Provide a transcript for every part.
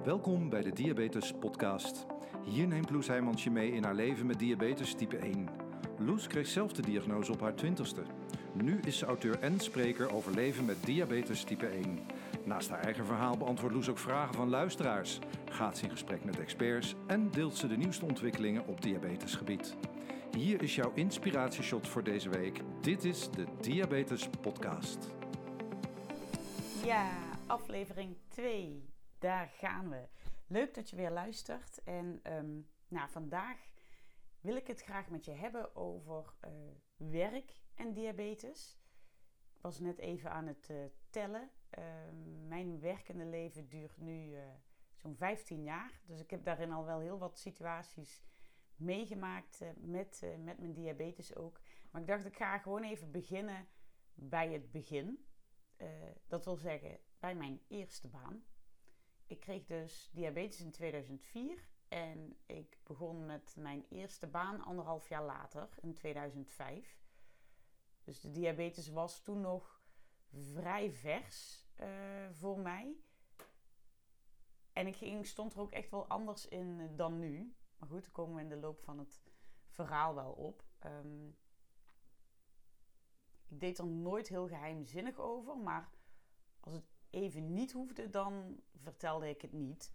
Welkom bij de Diabetes Podcast. Hier neemt Loes Heijmans je mee in haar leven met diabetes type 1. Loes kreeg zelf de diagnose op haar 20ste. Nu is ze auteur en spreker over leven met diabetes type 1. Naast haar eigen verhaal beantwoordt Loes ook vragen van luisteraars, gaat ze in gesprek met experts en deelt ze de nieuwste ontwikkelingen op diabetesgebied. Hier is jouw inspiratieshot voor deze week. Dit is de Diabetes Podcast. Ja, aflevering 2. Daar gaan we. Leuk dat je weer luistert. En vandaag wil ik het graag met je hebben over werk en diabetes. Ik was net even aan het tellen. Mijn werkende leven duurt nu zo'n 15 jaar. Dus ik heb daarin al wel heel wat situaties meegemaakt met mijn diabetes ook. Maar ik dacht, ik ga gewoon even beginnen bij het begin. Dat wil zeggen, bij mijn eerste baan. Ik kreeg dus diabetes in 2004 en ik begon met mijn eerste baan 1,5 jaar later, in 2005. Dus de diabetes was toen nog vrij vers voor mij. En ik stond er ook echt wel anders in dan nu. Maar goed, daar komen we in de loop van het verhaal wel op. Ik deed er nooit heel geheimzinnig over, maar als het even niet hoefde, dan vertelde ik het niet.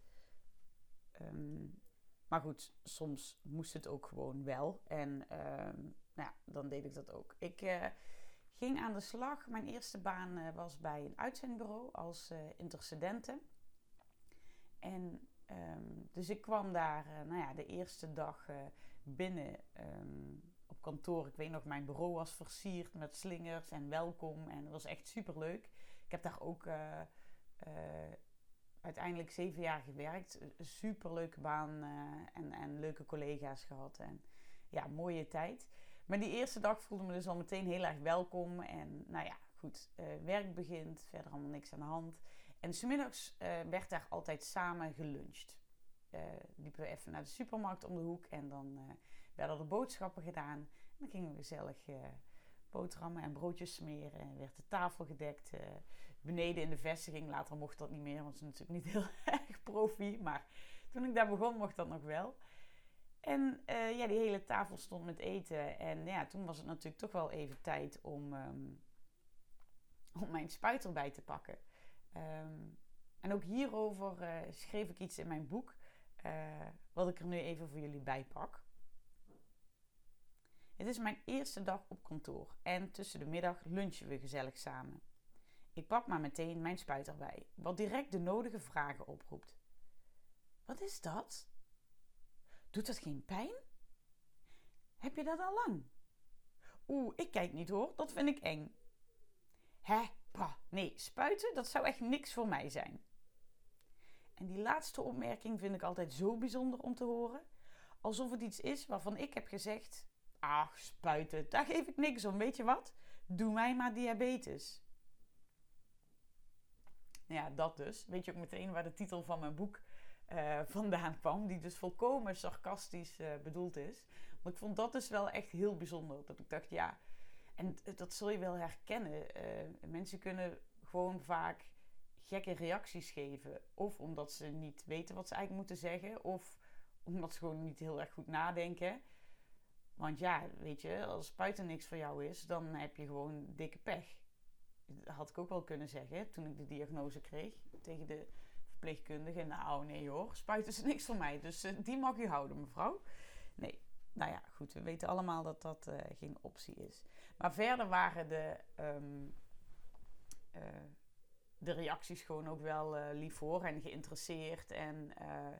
Maar goed, soms moest het ook gewoon wel. En dan deed ik dat ook. Ik ging aan de slag. Mijn eerste baan was bij een uitzendbureau als intercedente. En dus ik kwam daar de eerste dag binnen op kantoor. Ik weet nog, mijn bureau was versierd met slingers en welkom. En dat was echt superleuk. Ik heb daar ook uiteindelijk 7 jaar gewerkt. Een superleuke baan en leuke collega's gehad. En ja, mooie tijd. Maar die eerste dag voelde me dus al meteen heel erg welkom. En goed, werk begint. Verder allemaal niks aan de hand. En 's middags werd daar altijd samen geluncht. Liepen we even naar de supermarkt om de hoek. En dan werden er boodschappen gedaan. En dan gingen we gezellig boterhammen en broodjes smeren. En werd de tafel gedekt. Beneden in de vestiging. Later mocht dat niet meer. Want het is natuurlijk niet heel erg profi. Maar toen ik daar begon mocht dat nog wel. En die hele tafel stond met eten. En ja, toen was het natuurlijk toch wel even tijd om mijn spuit erbij te pakken. En ook hierover schreef ik iets in mijn boek. Wat ik er nu even voor jullie bij pak. Het is mijn eerste dag op kantoor. En tussen de middag lunchen we gezellig samen. Ik pak maar meteen mijn spuit erbij. Wat direct de nodige vragen oproept. Wat is dat? Doet dat geen pijn? Heb je dat al lang? Ik kijk niet hoor. Dat vind ik eng. Hè? Bah, nee, spuiten, dat zou echt niks voor mij zijn. En die laatste opmerking vind ik altijd zo bijzonder om te horen. Alsof het iets is waarvan ik heb gezegd... Ach, spuiten, daar geef ik niks om. Weet je wat? Doe mij maar diabetes. Ja, dat dus. Weet je ook meteen waar de titel van mijn boek vandaan kwam. Die dus volkomen sarcastisch bedoeld is. Want ik vond dat dus wel echt heel bijzonder. Dat ik dacht, ja... En dat zul je wel herkennen. Mensen kunnen gewoon vaak gekke reacties geven. Of omdat ze niet weten wat ze eigenlijk moeten zeggen. Of omdat ze gewoon niet heel erg goed nadenken. Want ja, weet je, als spuiten niks voor jou is, dan heb je gewoon dikke pech. Dat had ik ook wel kunnen zeggen toen ik de diagnose kreeg tegen de verpleegkundige. Nou nee hoor, spuiten is niks voor mij. Dus die mag u houden, mevrouw. Nee. Nou ja, goed, we weten allemaal dat dat geen optie is. Maar verder waren de reacties gewoon ook wel lief voor en geïnteresseerd. En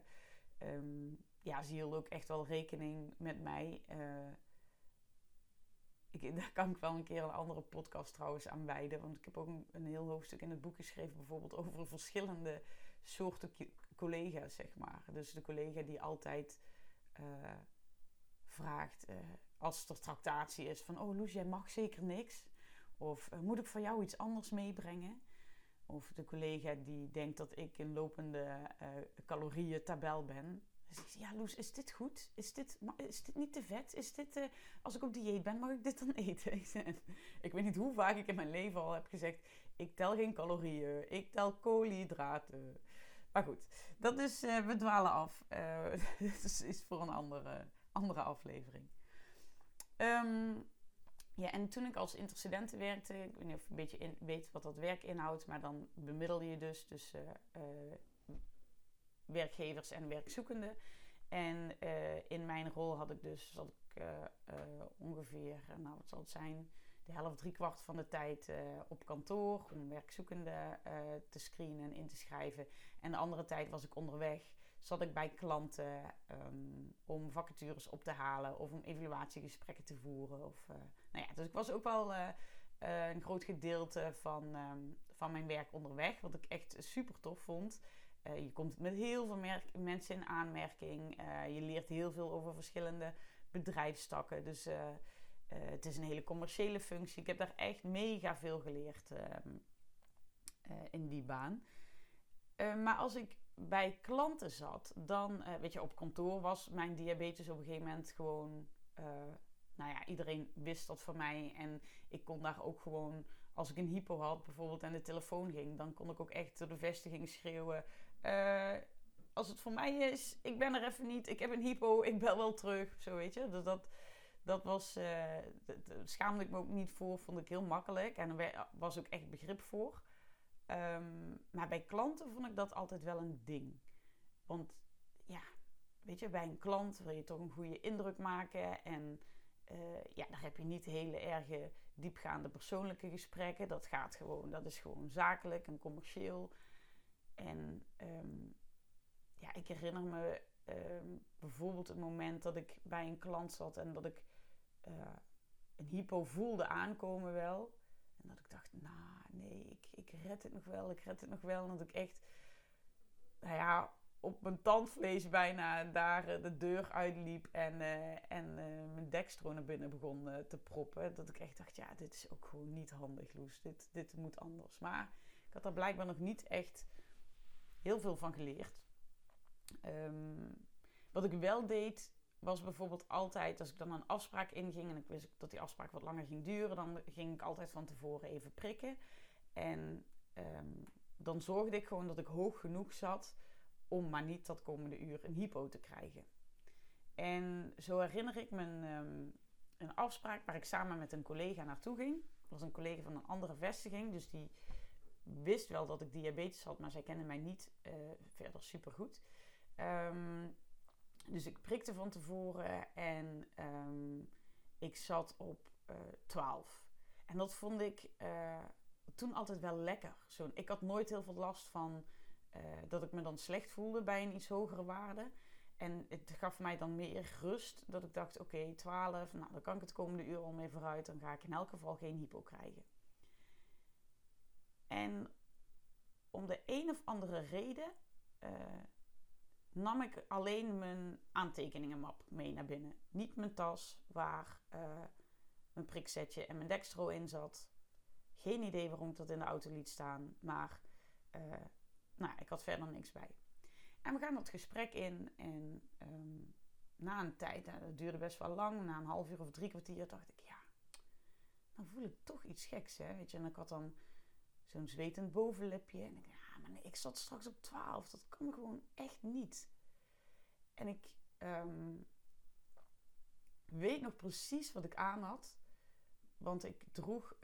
ze hielden ook echt wel rekening met mij. Daar kan ik wel een keer een andere podcast trouwens aan wijden. Want ik heb ook een heel hoofdstuk in het boek geschreven... bijvoorbeeld over verschillende soorten collega's, zeg maar. Dus de collega die altijd... vraagt als er tractatie is van... Oh Loes, jij mag zeker niks. Of moet ik voor jou iets anders meebrengen? Of de collega die denkt dat ik een lopende calorieëntabel ben. Dan zegt ze, ja Loes, is dit goed? Is dit niet te vet? Is dit, als ik op dieet ben, mag ik dit dan eten? Ik weet niet hoe vaak ik in mijn leven al heb gezegd... Ik tel geen calorieën, ik tel koolhydraten. Maar goed, dat is, we dwalen af. Dit is voor een andere aflevering. Ja, en toen ik als interstudenten werkte, ik weet niet of je een beetje weet wat dat werk inhoudt, maar dan bemiddel je dus tussen werkgevers en werkzoekenden. En in mijn rol zat ik ongeveer, nou wat zal het zijn, de helft, driekwart van de tijd op kantoor om werkzoekenden te screenen en in te schrijven. En de andere tijd was ik onderweg, zat ik bij klanten om vacatures op te halen of om evaluatiegesprekken te voeren. Dus ik was ook wel een groot gedeelte van mijn werk onderweg, wat ik echt super tof vond. Je komt met heel veel mensen in aanmerking. Je leert heel veel over verschillende bedrijfstakken. Dus het is een hele commerciële functie. Ik heb daar echt mega veel geleerd in die baan. Maar als ik bij klanten zat, dan, op kantoor was mijn diabetes op een gegeven moment gewoon... iedereen wist dat van mij. En ik kon daar ook gewoon, als ik een hypo had bijvoorbeeld en de telefoon ging, dan kon ik ook echt door de vestiging schreeuwen... als het voor mij is, ik ben er even niet, ik heb een hypo, ik bel wel terug, zo weet je. Dus dat was, daar schaamde ik me ook niet voor, vond ik heel makkelijk en er was ook echt begrip voor. Maar bij klanten vond ik dat altijd wel een ding. Want ja, weet je, bij een klant wil je toch een goede indruk maken en daar heb je niet hele erge diepgaande persoonlijke gesprekken. Dat is gewoon zakelijk en commercieel. En ik herinner me bijvoorbeeld het moment dat ik bij een klant zat en dat ik een hypo voelde aankomen wel. En dat ik dacht, nee, ik red het nog wel. En dat ik echt, op mijn tandvlees bijna daar de deur uitliep en mijn dekstro naar binnen begon te proppen. Dat ik echt dacht, ja, dit is ook gewoon niet handig, Loes. Dit moet anders. Maar ik had daar blijkbaar nog niet echt heel veel van geleerd. Wat ik wel deed, was bijvoorbeeld altijd, als ik dan een afspraak inging en ik wist dat die afspraak wat langer ging duren, dan ging ik altijd van tevoren even prikken. En dan zorgde ik gewoon dat ik hoog genoeg zat om maar niet dat komende uur een hypo te krijgen. En zo herinner ik me een afspraak waar ik samen met een collega naartoe ging. Dat was een collega van een andere vestiging, dus die wist wel dat ik diabetes had, maar zij kende mij niet verder supergoed. Dus ik prikte van tevoren en ik zat op 12. En dat vond ik toen altijd wel lekker. Ik had nooit heel veel last van dat ik me dan slecht voelde bij een iets hogere waarde. En het gaf mij dan meer rust dat ik dacht, oké, 12, dan kan ik het komende uur al mee vooruit. Dan ga ik in elk geval geen hypo krijgen. En om de een of andere reden nam ik alleen mijn aantekeningenmap mee naar binnen. Niet mijn tas waar mijn priksetje en mijn dekstro in zat. Geen idee waarom ik dat in de auto liet staan. Maar ik had verder niks bij. En we gaan dat gesprek in. En na een tijd, dat duurde best wel lang. Na een half uur of 3 kwartier dacht ik, ja, dan voel ik toch iets geks. Hè? Weet je? En ik had dan zo'n zwetend bovenlipje. En ik dacht, maar nee, ik zat straks op 12. Dat kan gewoon echt niet. En ik weet nog precies wat ik aan had. Want ik droeg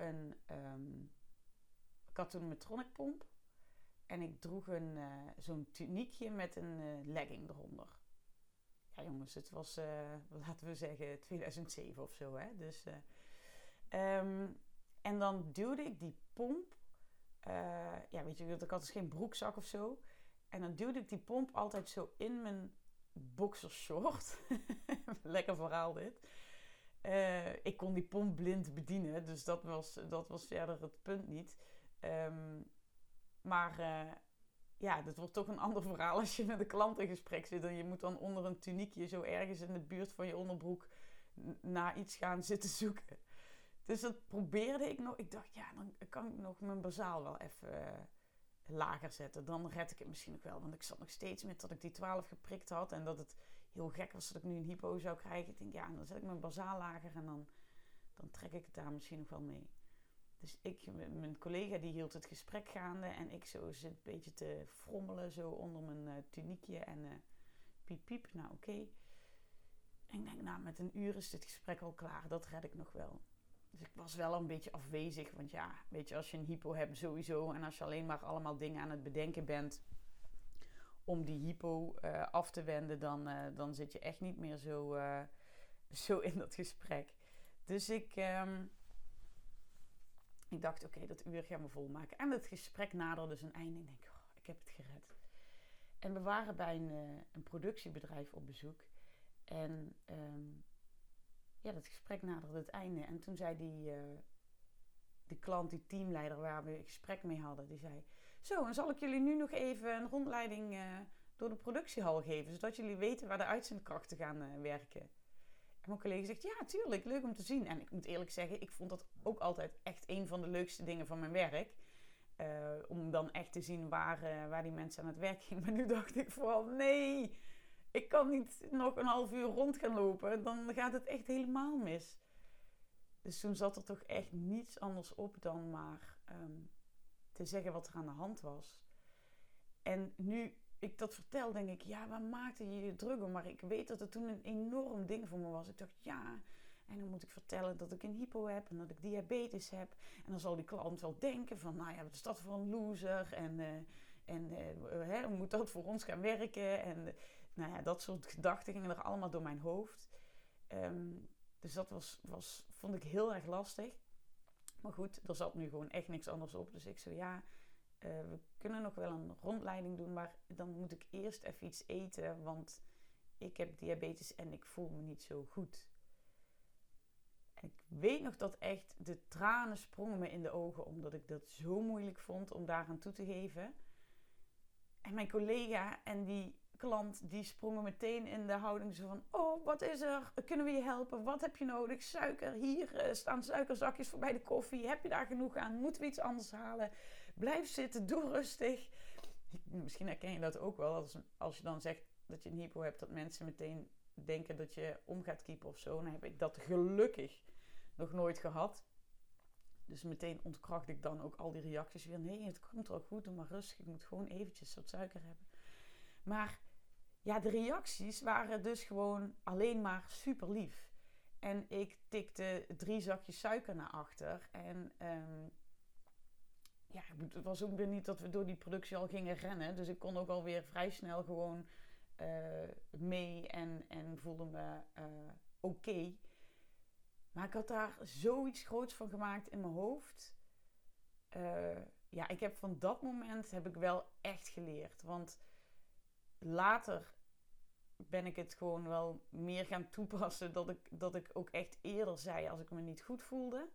ik had toen een Medtronic-pomp. En ik droeg zo'n tuniekje met een legging eronder. Ja jongens, het was, laten we zeggen, 2007 of zo. Hè? Dus, en dan duwde ik die pomp. Weet je, ik had dus geen broekzak of zo. En dan duwde ik die pomp altijd zo in mijn boxershort. Lekker verhaal dit. Ik kon die pomp blind bedienen, dus dat was verder het punt niet. Dat wordt toch een ander verhaal als je met een klant in gesprek zit. En je moet dan onder een tuniekje zo ergens in de buurt van je onderbroek naar iets gaan zitten zoeken. Dus dat probeerde ik nog. Ik dacht, ja, dan kan ik nog mijn bazaal wel even lager zetten. Dan red ik het misschien nog wel. Want ik zat nog steeds met dat ik die 12 geprikt had. En dat het heel gek was dat ik nu een hypo zou krijgen. Ik denk, ja, dan zet ik mijn bazaal lager en dan trek ik het daar misschien nog wel mee. Dus mijn collega die hield het gesprek gaande en ik zo zit een beetje te frommelen zo onder mijn tuniekje en piep piep, nou oké. En ik denk, nou met een uur is dit gesprek al klaar, dat red ik nog wel. Dus ik was wel een beetje afwezig, want ja, weet je, als je een hypo hebt sowieso en als je alleen maar allemaal dingen aan het bedenken bent om die hypo af te wenden, dan zit je echt niet meer zo in dat gesprek. Dus ik dacht, oké, dat uur gaan we volmaken. En het gesprek naderde zijn einde. Ik denk, oh, ik heb het gered. En we waren bij een productiebedrijf op bezoek. En dat gesprek naderde het einde. En toen zei die klant, die teamleider waar we een gesprek mee hadden, die zei, zo, en zal ik jullie nu nog even een rondleiding door de productiehal geven, zodat jullie weten waar de uitzendkrachten gaan werken. En mijn collega zegt, ja, tuurlijk, leuk om te zien. En ik moet eerlijk zeggen, ik vond dat ook altijd echt een van de leukste dingen van mijn werk. Om dan echt te zien waar die mensen aan het werk gingen. Maar nu dacht ik vooral, nee, ik kan niet nog een half uur rond gaan lopen. Dan gaat het echt helemaal mis. Dus toen zat er toch echt niets anders op dan maar te zeggen wat er aan de hand was. En nu ik dat vertel, denk ik, ja, waar maakte je je druk om? Maar ik weet dat het toen een enorm ding voor me was. Ik dacht, ja, en dan moet ik vertellen dat ik een hypo heb en dat ik diabetes heb. En dan zal die klant wel denken van, nou ja, wat is dat voor een loser? En hoe moet dat voor ons gaan werken? En nou ja, dat soort gedachten gingen er allemaal door mijn hoofd. Dus dat vond ik heel erg lastig. Maar goed, er zat nu gewoon echt niks anders op. Dus ik zo, ja, we kunnen nog wel een rondleiding doen, maar dan moet ik eerst even iets eten, want ik heb diabetes en ik voel me niet zo goed. En ik weet nog dat echt de tranen sprongen me in de ogen, omdat ik dat zo moeilijk vond om daar aan toe te geven. En mijn collega en die klant, die sprongen meteen in de houding zo van, oh, wat is er? Kunnen we je helpen? Wat heb je nodig? Suiker, hier staan suikerzakjes voor bij de koffie. Heb je daar genoeg aan? Moeten we iets anders halen? Blijf zitten, doe rustig. Misschien herken je dat ook wel, als je dan zegt dat je een hypo hebt, dat mensen meteen denken dat je om gaat kiepen of zo. Dan heb ik dat gelukkig nog nooit gehad. Dus meteen ontkracht ik dan ook al die reacties weer. Nee, het komt wel goed, doe maar rustig. Ik moet gewoon eventjes wat suiker hebben. Maar ja, de reacties waren dus gewoon alleen maar super lief. En ik tikte 3 zakjes suiker naar achter. En het was ook weer niet dat we door die productie al gingen rennen. Dus ik kon ook alweer vrij snel gewoon mee en voelde me oké. Maar ik had daar zoiets groots van gemaakt in mijn hoofd. Ik heb van dat moment heb ik wel echt geleerd. Want later ben ik het gewoon wel meer gaan toepassen. Dat ik ook echt eerder zei als ik me niet goed voelde.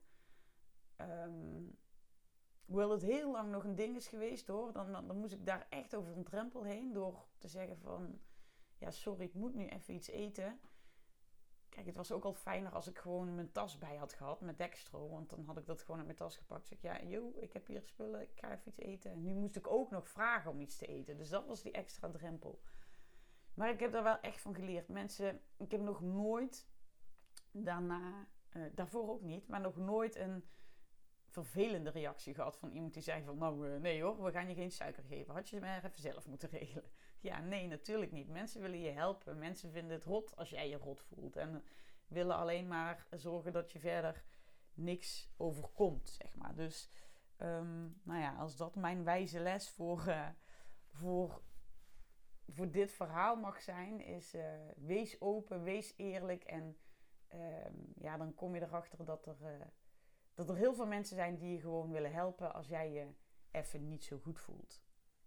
Hoewel het heel lang nog een ding is geweest hoor. Dan moest ik daar echt over een drempel heen. Door te zeggen van, ja sorry, ik moet nu even iets eten. Kijk, het was ook al fijner als ik gewoon mijn tas bij had gehad met Dextro. Want dan had ik dat gewoon uit mijn tas gepakt. Zeg ja, ik heb hier spullen, ik ga even iets eten. En nu moest ik ook nog vragen om iets te eten. Dus dat was die extra drempel. Maar ik heb daar wel echt van geleerd. Mensen, ik heb nog nooit daarna, daarvoor ook niet, maar nog nooit een vervelende reactie gehad van iemand die zei van, nou nee hoor, we gaan je geen suiker geven. Had je het maar even zelf moeten regelen. Ja, nee, natuurlijk niet. Mensen willen je helpen. Mensen vinden het rot als jij je rot voelt. En willen alleen maar zorgen dat je verder niks overkomt, zeg maar. Dus, als dat mijn wijze les voor dit verhaal mag zijn, is wees open, wees eerlijk. En dan kom je erachter dat er heel veel mensen zijn die je gewoon willen helpen als jij je even niet zo goed voelt.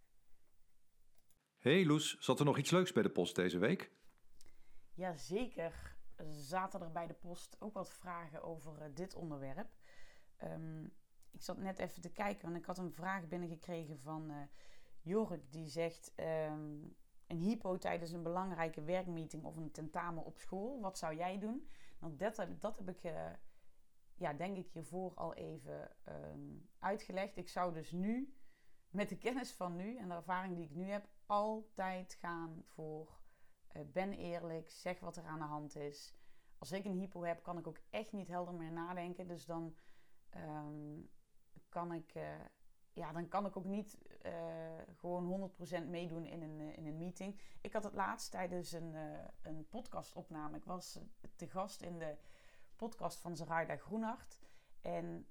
Hey Loes, zat er nog iets leuks bij de post deze week? Jazeker, zaten er bij de post ook wat vragen over dit onderwerp. Ik zat net even te kijken, want ik had een vraag binnengekregen van Jork. Die zegt, een hypo tijdens een belangrijke werkmeeting of een tentamen op school. Wat zou jij doen? Nou, dat heb ik denk ik hiervoor al even uitgelegd. Ik zou dus nu, met de kennis van nu en de ervaring die ik nu heb, altijd gaan voor ben eerlijk, zeg wat er aan de hand is. Als ik een hypo heb, kan ik ook echt niet helder meer nadenken. Dus dan dan kan ik ook niet gewoon 100% meedoen in een meeting. Ik had het laatst tijdens een podcastopname. Ik was te gast in de podcast van Zaraida Groenhart. En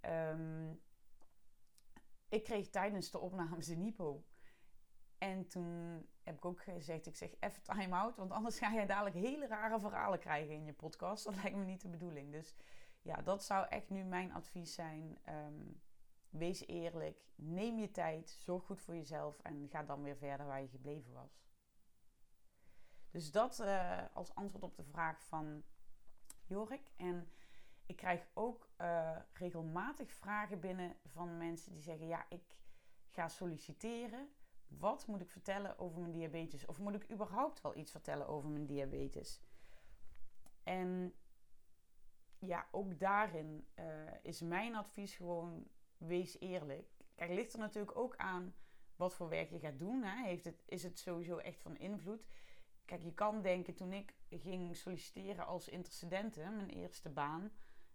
ik kreeg tijdens de opnames een hypo. En toen heb ik ook gezegd, ik zeg even time-out. Want anders ga je dadelijk hele rare verhalen krijgen in je podcast. Dat lijkt me niet de bedoeling. Dus ja, dat zou echt nu mijn advies zijn. Wees eerlijk, neem je tijd, zorg goed voor jezelf en ga dan weer verder waar je gebleven was. Dus dat als antwoord op de vraag van Jorik. En ik krijg ook regelmatig vragen binnen van mensen die zeggen, ja, ik ga solliciteren. Wat moet ik vertellen over mijn diabetes? Of moet ik überhaupt wel iets vertellen over mijn diabetes? En ja, ook daarin is mijn advies gewoon, wees eerlijk. Kijk, ligt er natuurlijk ook aan wat voor werk je gaat doen. Hè? Is het sowieso echt van invloed? Kijk, je kan denken, toen ik ging solliciteren als intercedente, mijn eerste baan,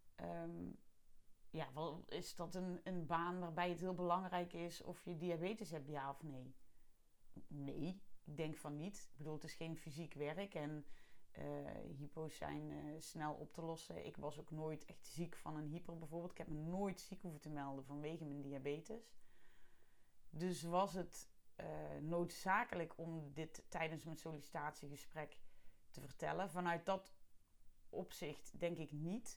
is dat een baan waarbij het heel belangrijk is of je diabetes hebt, ja of nee? Nee, ik denk van niet. Ik bedoel, het is geen fysiek werk en hypo's zijn snel op te lossen. Ik was ook nooit echt ziek van een hyper bijvoorbeeld. Ik heb me nooit ziek hoeven te melden vanwege mijn diabetes. Dus was het noodzakelijk om dit tijdens mijn sollicitatiegesprek te vertellen. Vanuit dat opzicht denk ik niet.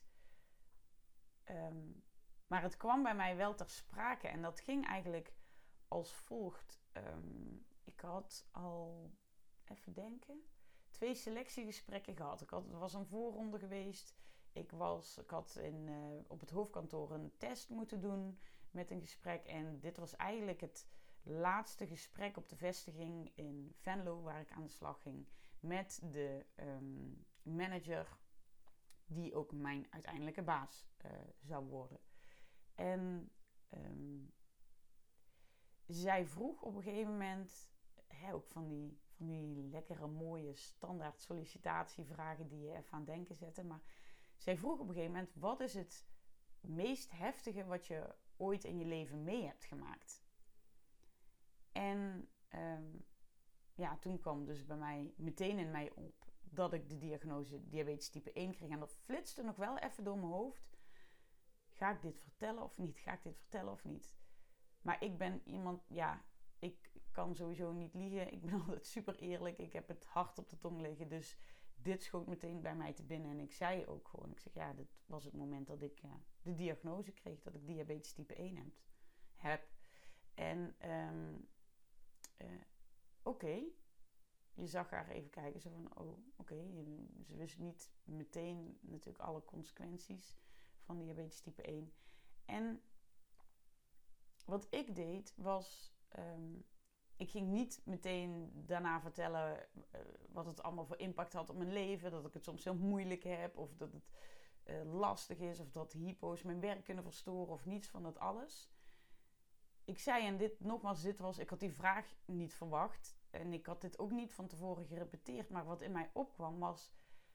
Maar het kwam bij mij wel ter sprake en dat ging eigenlijk als volgt. Ik had al, even denken, 2 selectiegesprekken gehad. Er was een voorronde geweest. Ik had op het hoofdkantoor een test moeten doen met een gesprek. En dit was eigenlijk het laatste gesprek op de vestiging in Venlo, waar ik aan de slag ging. Met de manager, die ook mijn uiteindelijke baas zou worden. En zij vroeg op een gegeven moment, ook van die lekkere mooie standaard sollicitatievragen die je even aan het denken zetten. Maar zij vroeg op een gegeven moment, wat is het meest heftige wat je ooit in je leven mee hebt gemaakt? En toen kwam dus bij mij meteen in mij op dat ik de diagnose diabetes type 1 kreeg. En dat flitste nog wel even door mijn hoofd. Ga ik dit vertellen of niet? Ga ik dit vertellen of niet? Maar ik ben iemand, ik kan sowieso niet liegen. Ik ben altijd super eerlijk. Ik heb het hart op de tong liggen. Dus dit schoot meteen bij mij te binnen. En ik zei ook gewoon, ik zeg dit was het moment dat ik de diagnose kreeg dat ik diabetes type 1 heb. En oké. Je zag haar even kijken. Zo van, oké. Ze wist niet meteen natuurlijk alle consequenties van diabetes type 1. En wat ik deed was, ik ging niet meteen daarna vertellen wat het allemaal voor impact had op mijn leven. Dat ik het soms heel moeilijk heb of dat het lastig is of dat hypo's mijn werk kunnen verstoren of niets van dat alles. Ik zei, en ik had die vraag niet verwacht en ik had dit ook niet van tevoren gerepeteerd. Maar wat in mij opkwam was,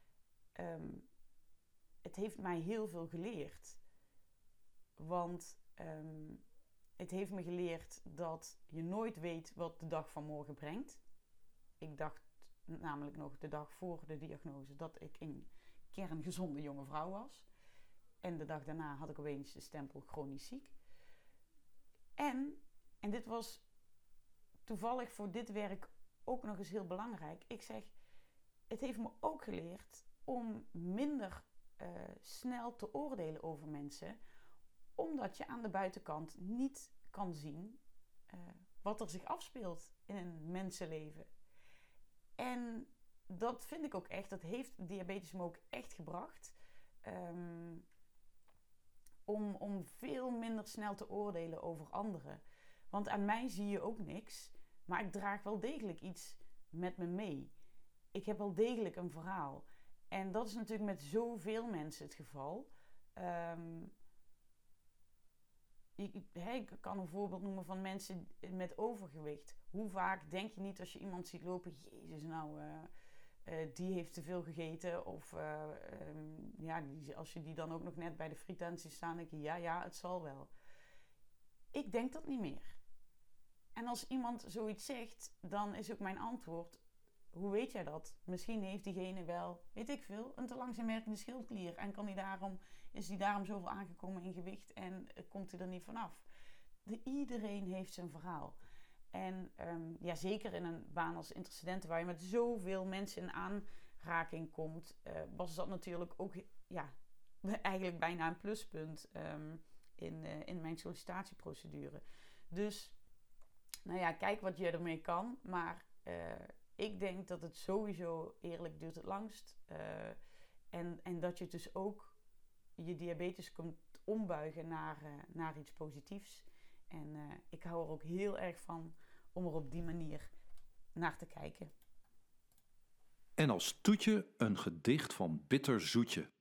het heeft mij heel veel geleerd. Want het heeft me geleerd dat je nooit weet wat de dag van morgen brengt. Ik dacht namelijk nog de dag voor de diagnose dat ik een kerngezonde jonge vrouw was. En de dag daarna had ik opeens de stempel chronisch ziek. En dit was toevallig voor dit werk ook nog eens heel belangrijk. Ik zeg, het heeft me ook geleerd om minder snel te oordelen over mensen. Omdat je aan de buitenkant niet kan zien wat er zich afspeelt in een mensenleven. En dat vind ik ook echt, dat heeft diabetes me ook echt gebracht. Om veel minder snel te oordelen over anderen. Want aan mij zie je ook niks, maar ik draag wel degelijk iets met me mee. Ik heb wel degelijk een verhaal. En dat is natuurlijk met zoveel mensen het geval. Ik kan een voorbeeld noemen van mensen met overgewicht. Hoe vaak denk je niet als je iemand ziet lopen, jezus die heeft te veel gegeten. Of als je die dan ook nog net bij de frietent ziet staan, denk je, ja, het zal wel. ik denk dat niet meer. En als iemand zoiets zegt, dan is ook mijn antwoord, hoe weet jij dat? Misschien heeft diegene wel, weet ik veel, een te langzaam werkende schildklier. En is die daarom zoveel aangekomen in gewicht en komt hij er niet vanaf. Iedereen heeft zijn verhaal. En zeker in een baan als intercedenten, waar je met zoveel mensen in aanraking komt, was dat natuurlijk ook eigenlijk bijna een pluspunt in mijn sollicitatieprocedure. Dus, kijk wat je ermee kan. Maar ik denk dat het sowieso eerlijk duurt het langst. En dat je dus ook je diabetes kunt ombuigen naar iets positiefs. En ik hou er ook heel erg van om er op die manier naar te kijken. En als toetje een gedicht van Bitter Zoetje.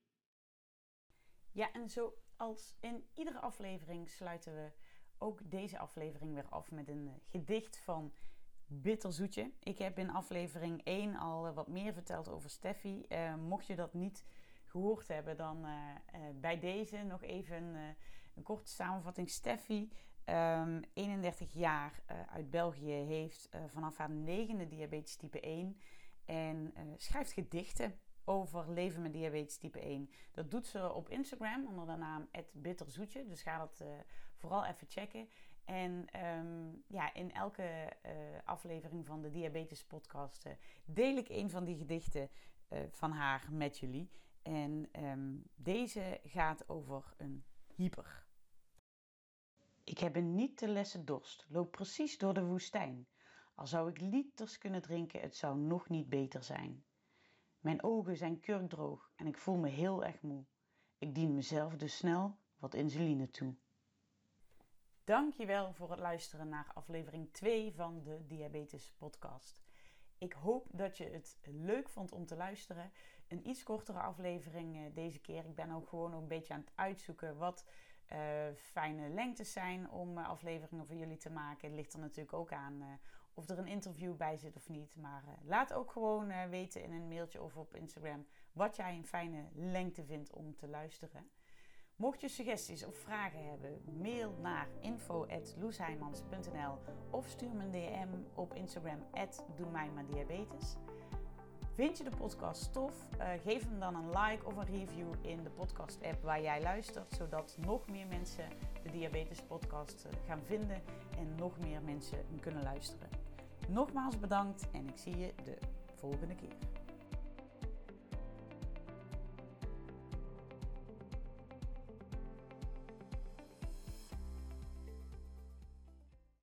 Ja, en zoals in iedere aflevering sluiten we ook deze aflevering weer af met een gedicht van Bitter Zoetje. Ik heb in aflevering 1 al wat meer verteld over Steffi. Mocht je dat niet gehoord hebben, dan bij deze nog even een korte samenvatting. Steffi, 31 jaar, uit België, heeft vanaf haar 9e diabetes type 1 en schrijft gedichten over leven met diabetes type 1. Dat doet ze op Instagram onder de naam @bitterzoetje. Dus ga dat vooral even checken. En in elke aflevering van de Diabetes podcast deel ik een van die gedichten van haar met jullie. En deze gaat over een hyper. Ik heb een niet te lessen dorst, loop precies door de woestijn. Al zou ik liters kunnen drinken, het zou nog niet beter zijn. Mijn ogen zijn kurkdroog en ik voel me heel erg moe. Ik dien mezelf dus snel wat insuline toe. Dankjewel voor het luisteren naar aflevering 2 van de Diabetes podcast. Ik hoop dat je het leuk vond om te luisteren. Een iets kortere aflevering deze keer. Ik ben ook gewoon een beetje aan het uitzoeken wat fijne lengtes zijn om afleveringen voor jullie te maken. Het ligt er natuurlijk ook aan of er een interview bij zit of niet. Maar laat ook gewoon weten in een mailtje of op Instagram wat jij een fijne lengte vindt om te luisteren. Mocht je suggesties of vragen hebben, mail naar info@loesheijmans.nl of stuur me een DM op Instagram @doemijmaardiabetes. Vind je de podcast tof? Geef hem dan een like of een review in de podcast app waar jij luistert, zodat nog meer mensen de Diabetes podcast gaan vinden en nog meer mensen hem kunnen luisteren. Nogmaals bedankt en ik zie je de volgende keer.